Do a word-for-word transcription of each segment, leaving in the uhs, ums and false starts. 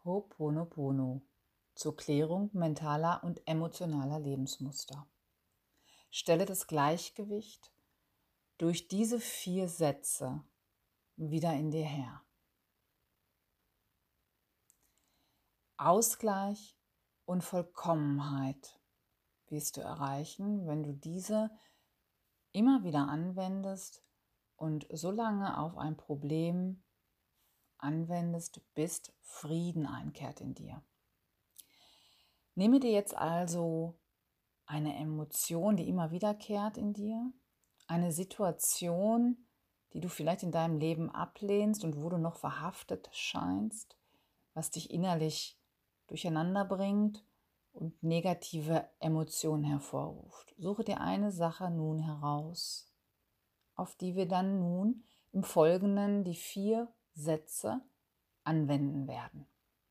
Ho'oponopono zur Klärung mentaler und emotionaler Lebensmuster. Stelle das Gleichgewicht durch diese vier Sätze wieder in dir her. Ausgleich und Vollkommenheit wirst du erreichen, wenn du diese immer wieder anwendest und so lange auf ein Problem anwendest, bis Frieden einkehrt in dir. Nehme dir jetzt also eine Emotion, die immer wiederkehrt in dir, eine Situation, die du vielleicht in deinem Leben ablehnst und wo du noch verhaftet scheinst, was dich innerlich durcheinander bringt und negative Emotionen hervorruft. Suche dir eine Sache nun heraus, auf die wir dann nun im Folgenden die vier Sätze anwenden werden.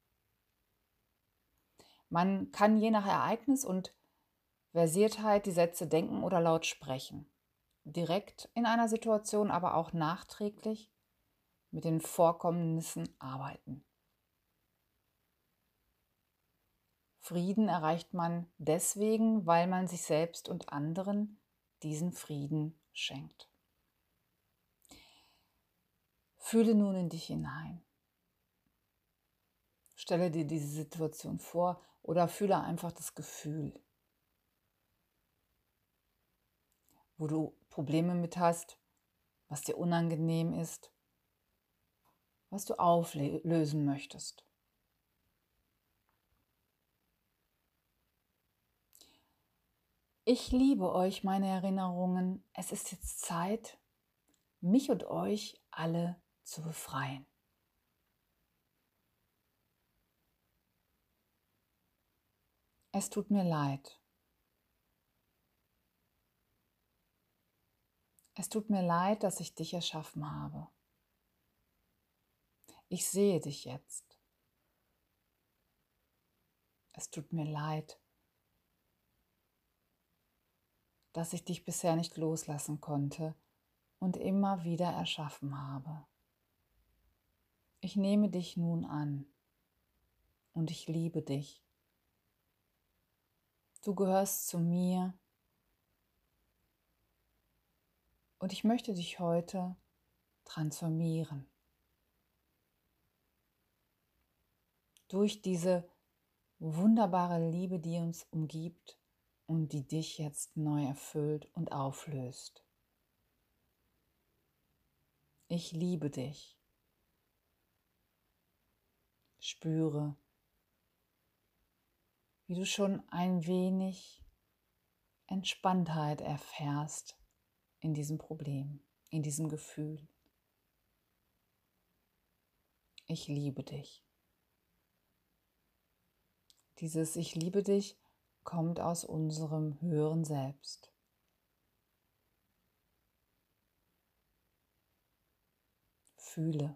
Man kann je nach Ereignis und Versiertheit die Sätze denken oder laut sprechen. Direkt in einer Situation, aber auch nachträglich mit den Vorkommnissen arbeiten. Frieden erreicht man deswegen, weil man sich selbst und anderen diesen Frieden schenkt. Fühle nun in dich hinein. Stelle dir diese Situation vor oder fühle einfach das Gefühl, wo du Probleme mit hast, was dir unangenehm ist, was du auflösen möchtest. Ich liebe euch, meine Erinnerungen. Es ist jetzt Zeit, mich und euch alle zu befreien. Es tut mir leid. Es tut mir leid, dass ich dich erschaffen habe. Ich sehe dich jetzt. Es tut mir leid, dass ich dich bisher nicht loslassen konnte und immer wieder erschaffen habe. Ich nehme dich nun an und ich liebe dich. Du gehörst zu mir und ich möchte dich heute transformieren. Durch diese wunderbare Liebe, die uns umgibt und die dich jetzt neu erfüllt und auflöst. Ich liebe dich. Spüre, wie du schon ein wenig Entspanntheit erfährst in diesem Problem, in diesem Gefühl. Ich liebe dich. Dieses Ich liebe dich kommt aus unserem höheren Selbst. Fühle,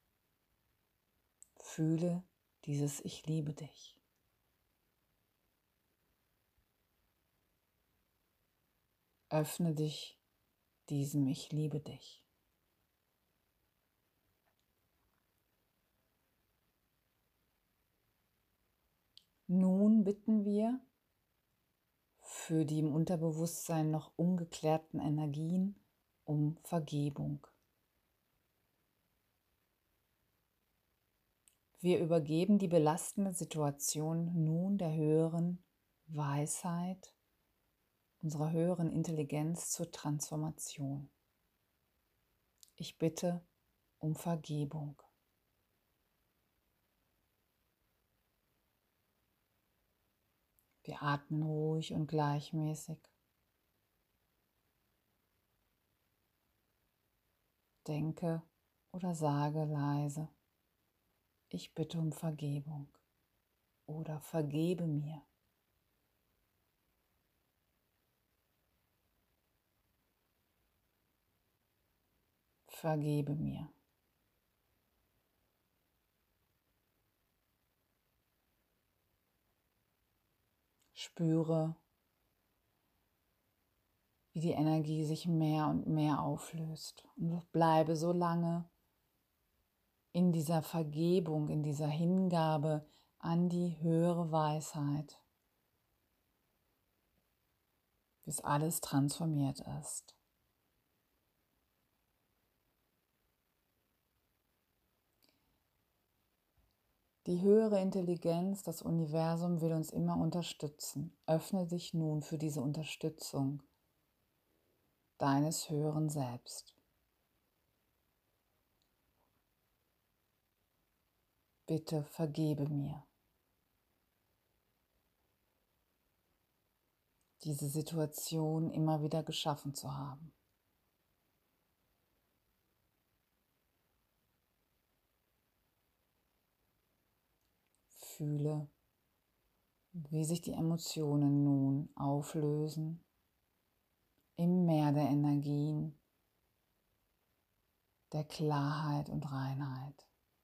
fühle dieses Ich liebe dich. Öffne dich diesem Ich liebe dich. Nun bitten wir für die im Unterbewusstsein noch ungeklärten Energien um Vergebung. Wir übergeben die belastende Situation nun der höheren Weisheit, unserer höheren Intelligenz zur Transformation. Ich bitte um Vergebung. Wir atmen ruhig und gleichmäßig. Denke oder sage leise: Ich bitte um Vergebung oder vergebe mir. Vergebe mir. Spüre, wie die Energie sich mehr und mehr auflöst. Und bleibe so lange in dieser Vergebung, in dieser Hingabe an die höhere Weisheit, bis alles transformiert ist. Die höhere Intelligenz, das Universum will uns immer unterstützen. Öffne dich nun für diese Unterstützung deines höheren Selbst. Bitte vergebe mir, diese Situation immer wieder geschaffen zu haben. Fühle, wie sich die Emotionen nun auflösen im Meer der Energien, der Klarheit und Reinheit.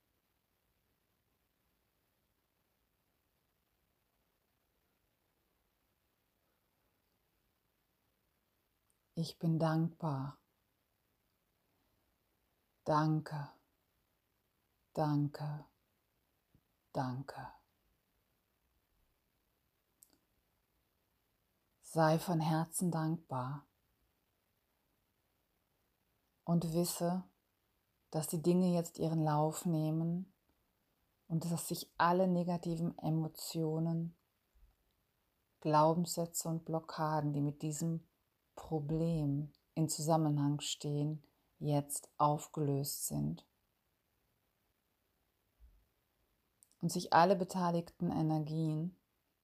Ich bin dankbar. Danke, danke, danke. Sei von Herzen dankbar und wisse, dass die Dinge jetzt ihren Lauf nehmen und dass sich alle negativen Emotionen, Glaubenssätze und Blockaden, die mit diesem Problem in Zusammenhang stehen, jetzt aufgelöst sind und sich alle beteiligten Energien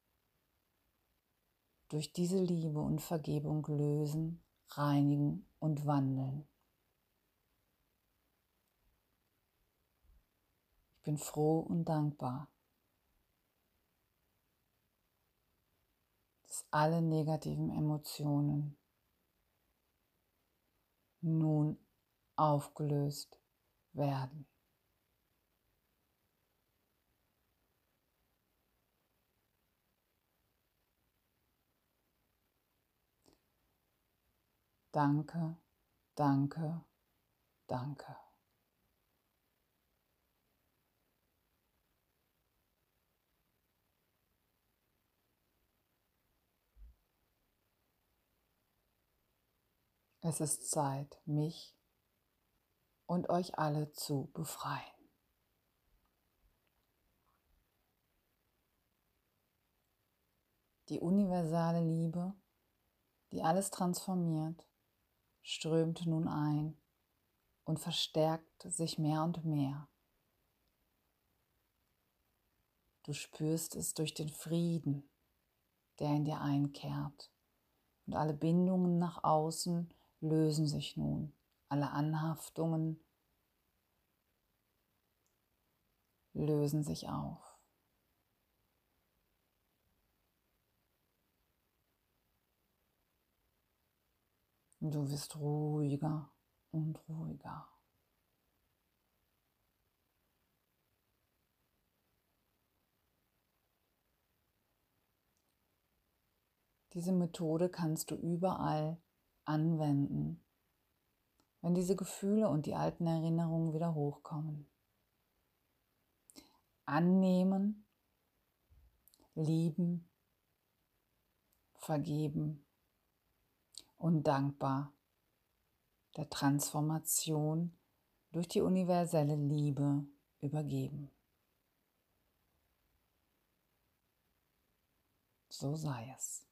durch diese Liebe und Vergebung lösen, reinigen und wandeln. Ich bin froh und dankbar, dass alle negativen Emotionen nun aufgelöst werden. Danke, danke, danke. Es ist Zeit, mich und euch alle zu befreien. Die universale Liebe, die alles transformiert, strömt nun ein und verstärkt sich mehr und mehr. Du spürst es durch den Frieden, der in dir einkehrt, und alle Bindungen nach außen lösen sich nun, alle Anhaftungen lösen sich auf. Du wirst ruhiger und ruhiger. Diese Methode kannst du überall anwenden, wenn diese Gefühle und die alten Erinnerungen wieder hochkommen. Annehmen, lieben, vergeben und dankbar der Transformation durch die universelle Liebe übergeben. So sei es.